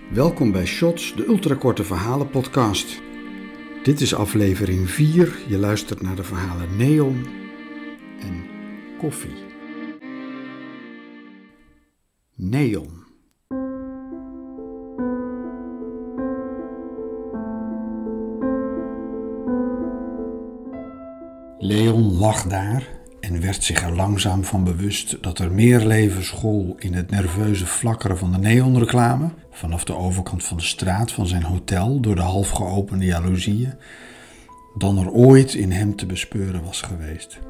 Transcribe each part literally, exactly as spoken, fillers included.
Welkom bij Shots, de ultrakorte verhalen podcast. Dit is aflevering vier. Je luistert naar de verhalen Neon en Koffie. Neon. Leon lag daar en werd zich er langzaam van bewust dat er meer leven school in het nerveuze flakkeren van de neonreclame vanaf de overkant van de straat van zijn hotel door de half geopende jaloezieën dan er ooit in hem te bespeuren was geweest.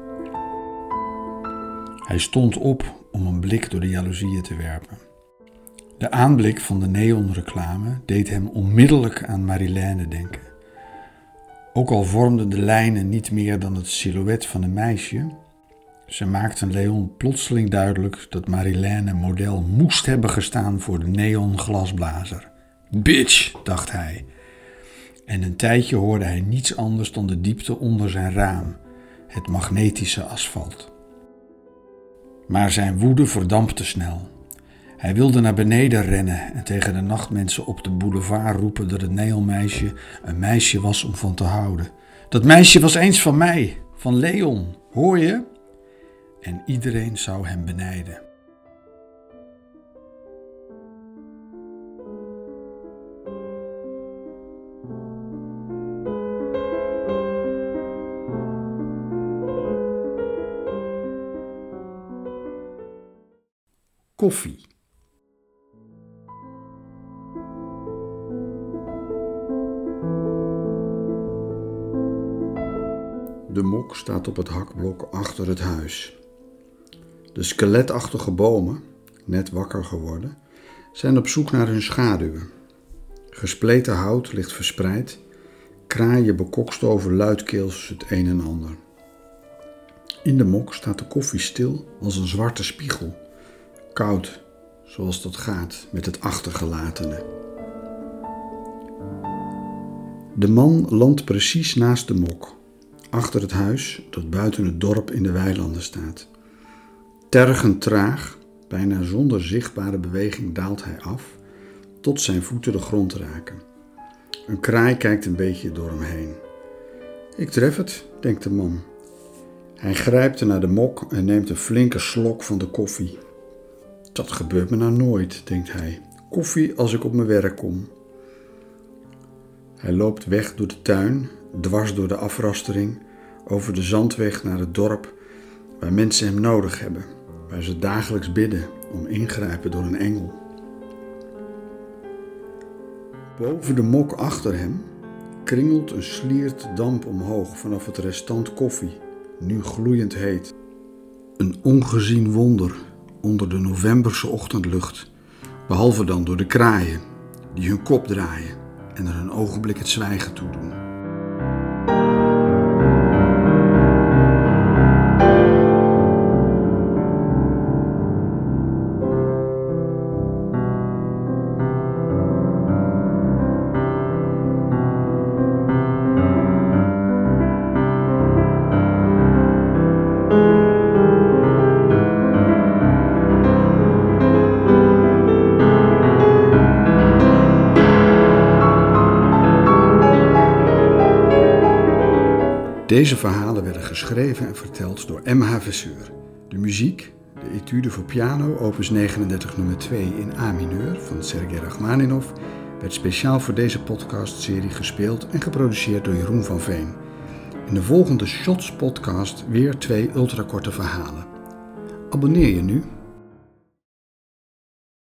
Hij stond op om een blik door de jaloezieën te werpen. De aanblik van de neonreclame deed hem onmiddellijk aan Marilène denken. Ook al vormden de lijnen niet meer dan het silhouet van een meisje, ze maakten Leon plotseling duidelijk dat Marilène model moest hebben gestaan voor de neonglasblazer. Bitch, dacht hij. En een tijdje hoorde hij niets anders dan de diepte onder zijn raam, het magnetische asfalt. Maar zijn woede verdampte snel. Hij wilde naar beneden rennen en tegen de nachtmensen op de boulevard roepen dat het neonmeisje een meisje was om van te houden. Dat meisje was eens van mij, van Leon, hoor je? En iedereen zou hem benijden. Koffie. De mok staat op het hakblok achter het huis. De skeletachtige bomen, net wakker geworden, zijn op zoek naar hun schaduwen. Gespleten hout ligt verspreid, kraaien bekokstoven luidkeels het een en ander. In de mok staat de koffie stil als een zwarte spiegel, koud, zoals dat gaat met het achtergelatene. De man landt precies naast de mok, achter het huis dat buiten het dorp in de weilanden staat. Tergend traag, bijna zonder zichtbare beweging daalt hij af, tot zijn voeten de grond raken. Een kraai kijkt een beetje door hem heen. Ik tref het, denkt de man. Hij grijpt naar de mok en neemt een flinke slok van de koffie. Dat gebeurt me nou nooit, denkt hij. Koffie als ik op mijn werk kom. Hij loopt weg door de tuin, dwars door de afrastering, over de zandweg naar het dorp, waar mensen hem nodig hebben, waar ze dagelijks bidden om ingrijpen door een engel. Boven de mok achter hem kringelt een sliert damp omhoog vanaf het restant koffie, nu gloeiend heet. Een ongezien wonder onder de novemberse ochtendlucht, behalve dan door de kraaien die hun kop draaien en er een ogenblik het zwijgen toedoen. Deze verhalen werden geschreven en verteld door M H Vesseur. De muziek, de etude voor piano, opus negenendertig nummer twee in A mineur van Sergei Rachmaninov, werd speciaal voor deze podcastserie gespeeld en geproduceerd door Jeroen van Veen. In de volgende Shots podcast weer twee ultrakorte verhalen. Abonneer je nu.